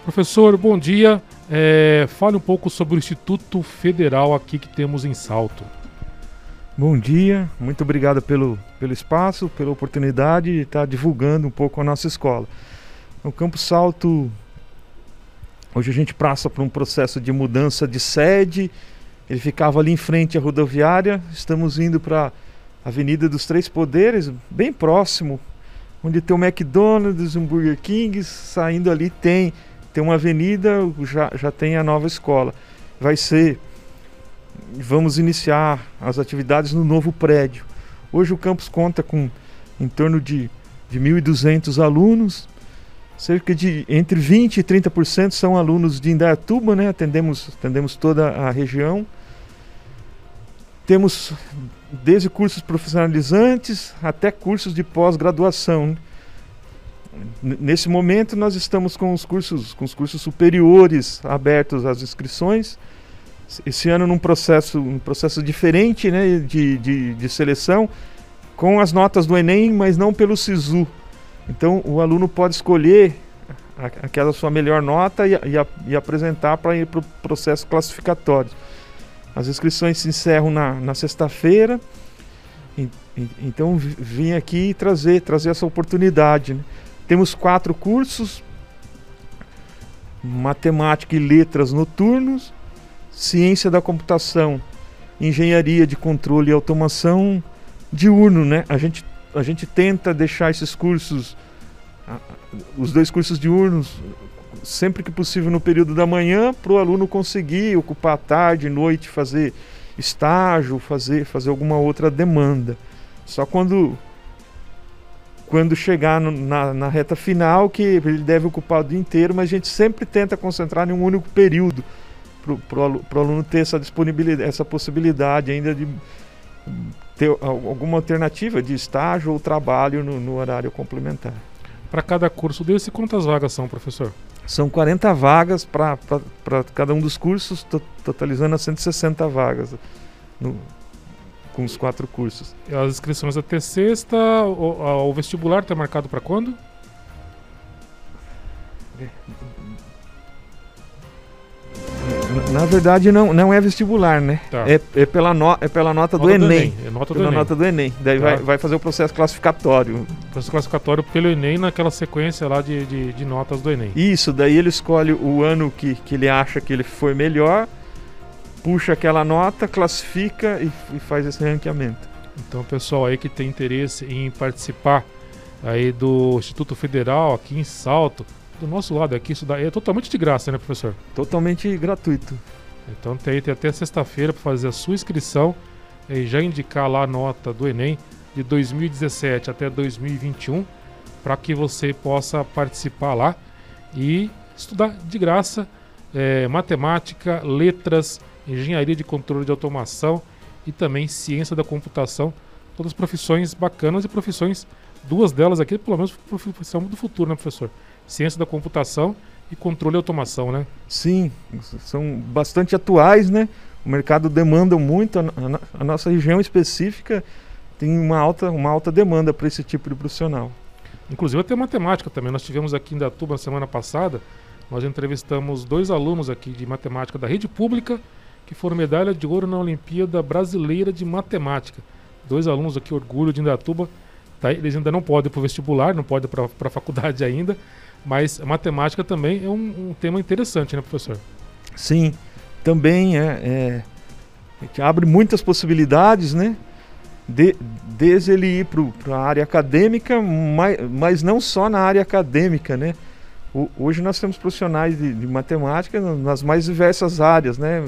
Professor, bom dia. Fale um pouco sobre o Instituto Federal aqui que temos em Salto. Bom dia, muito obrigado pelo espaço, pela oportunidade de estar divulgando um pouco a nossa escola. O Campus Salto, hoje a gente passa por um processo de mudança de sede. Ele ficava ali em frente à rodoviária, estamos indo para a Avenida dos Três Poderes, bem próximo, onde tem o McDonald's, um Burger King, saindo ali tem uma avenida, já tem a nova escola. Vamos iniciar as atividades no novo prédio. Hoje o campus conta com em torno de 1.200 alunos, cerca de entre 20% e 30% são alunos de Indaiatuba, né? Atendemos toda a região. Temos desde cursos profissionalizantes até cursos de pós-graduação. Nesse momento nós estamos com os cursos superiores abertos às inscrições. Esse ano num processo diferente, né, de seleção, com as notas do Enem, mas não pelo SISU. Então o aluno pode escolher aquela sua melhor nota e apresentar para ir para o processo classificatório. As inscrições se encerram na sexta-feira, então vim aqui trazer essa oportunidade, né? Temos 4 cursos: Matemática e Letras noturnos, Ciência da Computação, Engenharia de Controle e Automação diurno, né? A gente tenta deixar esses cursos, os 2 cursos diurnos, sempre que possível no período da manhã, para o aluno conseguir ocupar a tarde, noite, fazer estágio, fazer alguma outra demanda. Só quando chegar na reta final que ele deve ocupar o dia inteiro, mas a gente sempre tenta concentrar em um único período para o aluno ter essa disponibilidade, essa possibilidade ainda de ter alguma alternativa de estágio ou trabalho no horário complementar. Para cada curso desse, quantas vagas são, professor? São 40 vagas para cada um dos cursos, totalizando as 160 vagas com os 4 cursos. As inscrições até sexta, o vestibular está marcado para quando? Na verdade não é vestibular, né? Tá. É pela nota do Enem. Nota do Enem. Daí tá. vai fazer o processo classificatório. Processo classificatório pelo Enem, naquela sequência lá de notas do Enem. Isso, daí ele escolhe o ano que ele acha que ele foi melhor, puxa aquela nota, classifica e faz esse ranqueamento. Então, pessoal aí que tem interesse em participar aí do Instituto Federal aqui em Salto, do nosso lado aqui, isso daí é totalmente de graça, né, professor? Totalmente gratuito. Então tem até sexta-feira para fazer a sua inscrição e já indicar lá a nota do Enem de 2017 até 2021 para que você possa participar lá e estudar de graça matemática, letras, engenharia de controle de automação e também ciência da computação, todas profissões bacanas e profissões, 2 delas aqui, pelo menos profissão do futuro, né, professor? Ciência da computação e controle e automação, né? Sim, são bastante atuais, né? O mercado demanda muito, a nossa região específica tem uma alta demanda para esse tipo de profissional. Inclusive até matemática também. Nós tivemos aqui em Indaiatuba na semana passada, nós entrevistamos 2 alunos aqui de matemática da rede pública que foram medalha de ouro na Olimpíada Brasileira de Matemática. 2 alunos aqui, orgulho de Indaiatuba. Tá, eles ainda não podem ir para o vestibular, não podem para a faculdade ainda, mas a matemática também é um tema interessante, né, professor? Sim, também que abre muitas possibilidades, né? Desde ele ir para a área acadêmica, mas não só na área acadêmica, né? Hoje nós temos profissionais de matemática nas mais diversas áreas, né?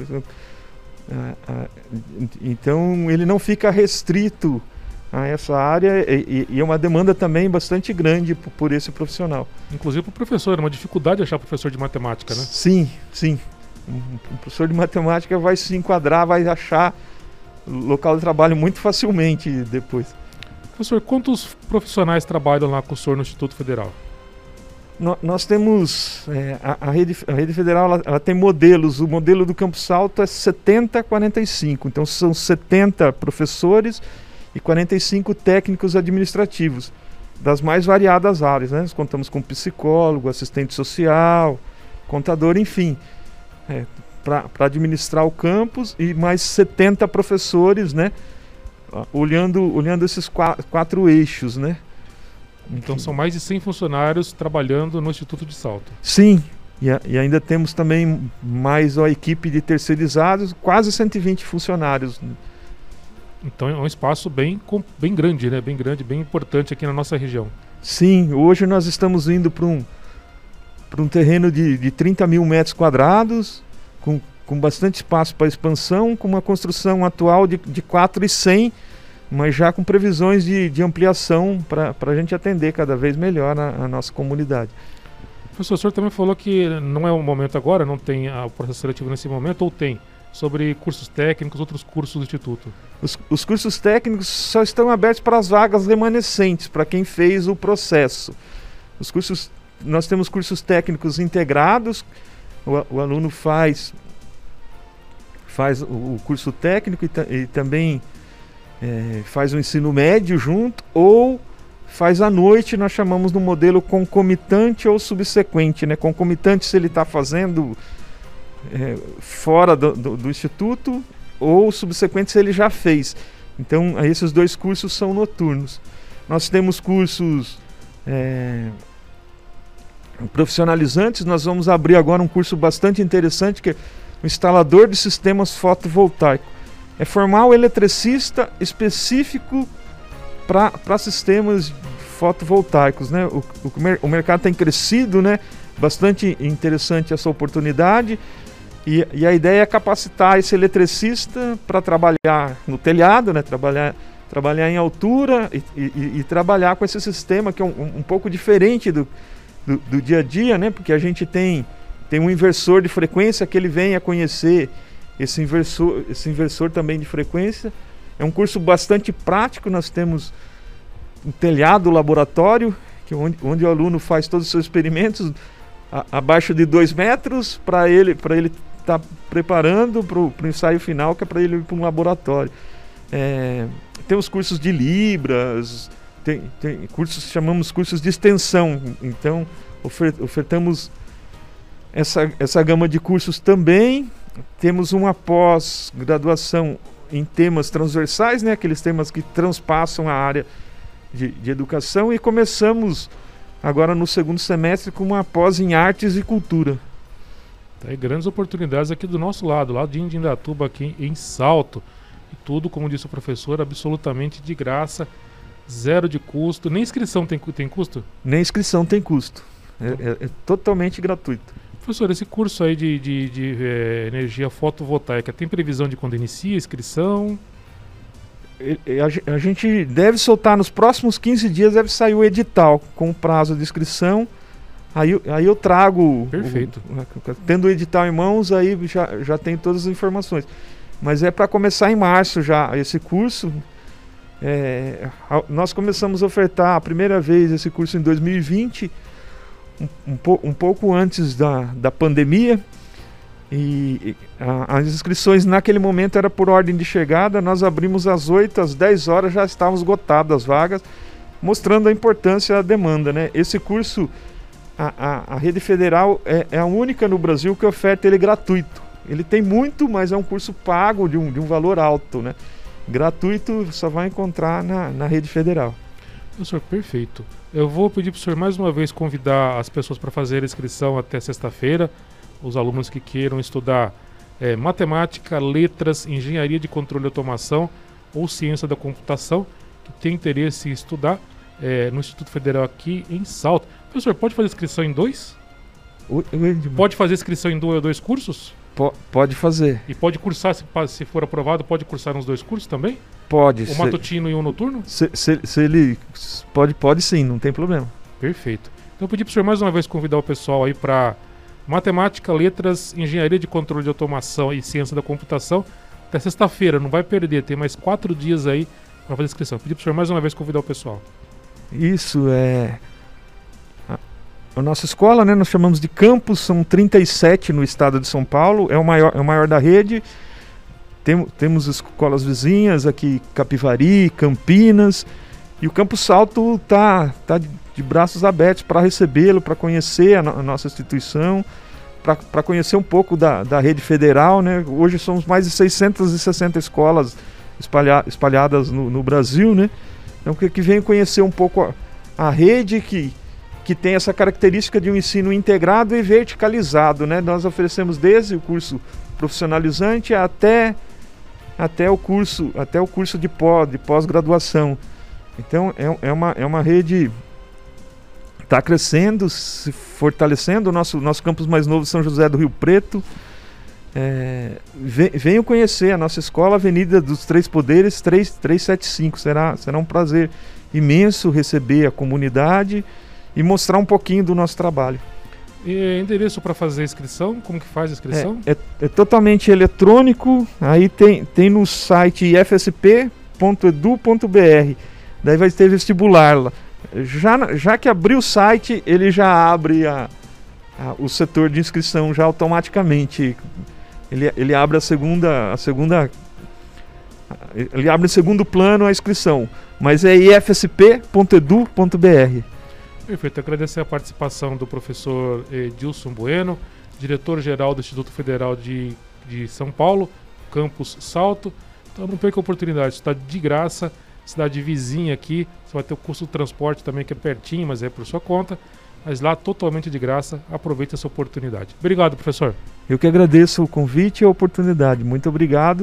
Então ele não fica restrito a essa área e é uma demanda também bastante grande por esse profissional. Inclusive para o professor, é uma dificuldade achar professor de matemática, né? Sim. Um professor de matemática vai se enquadrar, vai achar local de trabalho muito facilmente depois. Professor, quantos profissionais trabalham lá com o senhor no Instituto Federal? Nós temos, a rede federal ela tem modelos, o modelo do Campus Salto é 70-45, então são 70 professores e 45 técnicos administrativos, das mais variadas áreas, né? Nós contamos com psicólogo, assistente social, contador, enfim, para administrar o campus, e mais 70 professores, né, olhando esses quatro eixos, né. Então são mais de 100 funcionários trabalhando no Instituto de Salto. Sim, e ainda temos também mais a equipe de terceirizados, quase 120 funcionários. Então é um espaço bem grande, né? Bem grande, bem importante aqui na nossa região. Sim, hoje nós estamos indo para um terreno de 30 mil metros quadrados, com bastante espaço para expansão, com uma construção atual de 4.100, mas já com previsões de ampliação para a gente atender cada vez melhor a nossa comunidade. Professor, o senhor também falou que não é o momento agora, não tem o processo seletivo nesse momento, ou tem? Sobre cursos técnicos, outros cursos do Instituto? Os cursos técnicos só estão abertos para as vagas remanescentes, para quem fez o processo. Nós temos cursos técnicos integrados, o aluno faz o curso técnico e também faz o ensino médio junto, ou faz à noite, nós chamamos no modelo concomitante ou subsequente, né? Concomitante se ele está fazendo fora do Instituto, ou subsequente se ele já fez. Então esses dois cursos são noturnos. Nós temos cursos profissionalizantes. Nós vamos abrir agora um curso bastante interessante, que é o instalador de sistemas fotovoltaicos. É formar o eletricista específico para sistemas fotovoltaicos, né? O mercado tem crescido, né? Bastante interessante essa oportunidade, e a ideia é capacitar esse eletricista para trabalhar no telhado, né? Trabalhar em altura e trabalhar com esse sistema que é um pouco diferente do dia a dia, né? Porque a gente tem um inversor de frequência, que ele vem a conhecer esse inversor também de frequência. É um curso bastante prático. Nós temos um telhado laboratório, onde o aluno faz todos os seus experimentos abaixo de 2 metros, para ele estar preparando para o ensaio final, que é para ele ir para um laboratório. Tem os cursos de Libras, tem cursos que chamamos cursos de extensão. Então ofertamos essa gama de cursos também. Temos uma pós-graduação em temas transversais, né? Aqueles temas que transpassam a área de educação, e começamos agora no segundo semestre com uma pós em artes e cultura. Tem grandes oportunidades aqui do nosso lado de Indaiatuba, aqui em Salto. E tudo, como disse o professor, absolutamente de graça, zero de custo. Nem inscrição tem custo? Nem inscrição tem custo. É totalmente gratuito. Professor, esse curso aí de energia fotovoltaica, tem previsão de quando inicia a inscrição? A gente deve soltar nos próximos 15 dias, deve sair o edital com o prazo de inscrição. Aí eu trago... Perfeito. Tendo o edital em mãos, aí já tem todas as informações. Mas é para começar em março já esse curso. Nós começamos a ofertar a primeira vez esse curso em 2020, um pouco antes da pandemia, e as inscrições naquele momento era por ordem de chegada. Nós abrimos às 8, às 10 horas já estavam esgotadas as vagas, mostrando a importância da demanda, né? Esse curso, a Rede Federal é a única no Brasil que oferta ele gratuito. Ele tem muito, mas é um curso pago de um valor alto, né? Gratuito só vai encontrar na Rede Federal. Professor, perfeito. Eu vou pedir para o senhor mais uma vez convidar as pessoas para fazer a inscrição até sexta-feira, os alunos que queiram estudar matemática, letras, engenharia de controle e automação ou ciência da computação, que tem interesse em estudar no Instituto Federal aqui em Salto. Professor, pode fazer inscrição em 2? Pode fazer inscrição em 2 cursos? Pode fazer. E pode cursar, se for aprovado, pode cursar nos 2 cursos também? Pode. O matutino e o noturno? Se ele pode sim, não tem problema. Perfeito. Então eu pedi para o senhor mais uma vez convidar o pessoal aí para matemática, letras, engenharia de controle de automação e ciência da computação até sexta-feira. Não vai perder, tem mais 4 dias aí para fazer inscrição. Pedi para o senhor mais uma vez convidar o pessoal. Isso a nossa escola, né, nós chamamos de campus, são 37 no estado de São Paulo, é o maior da rede. Temos escolas vizinhas aqui, Capivari, Campinas, e o Campus Salto tá de braços abertos para recebê-lo, para conhecer a nossa instituição. para conhecer um pouco da rede federal, né? Hoje somos mais de 660 escolas espalhadas no Brasil, né? Então que venham conhecer um pouco a rede que tem essa característica de um ensino integrado e verticalizado, né? Nós oferecemos desde o curso profissionalizante até o curso de pós-graduação. Então é uma rede que está crescendo, se fortalecendo. O nosso campus mais novo, São José do Rio Preto. Venham conhecer a nossa escola, Avenida dos Três Poderes 375. Será um prazer imenso receber a comunidade e mostrar um pouquinho do nosso trabalho. E endereço para fazer a inscrição? Como que faz a inscrição? É totalmente eletrônico. Aí tem no site ifsp.edu.br. Daí vai ter vestibular lá. Já que abriu o site, ele já abre o setor de inscrição já automaticamente. Ele abre ele abre em segundo plano a inscrição, mas é ifsp.edu.br. Perfeito, agradecer a participação do professor Edilson Bueno, diretor-geral do Instituto Federal de São Paulo, campus Salto. Então não perca a oportunidade, está de graça, cidade vizinha aqui, você vai ter o custo do transporte também, que é pertinho, mas é por sua conta, mas lá totalmente de graça, aproveite essa oportunidade. Obrigado, professor. Eu que agradeço o convite e a oportunidade, muito obrigado.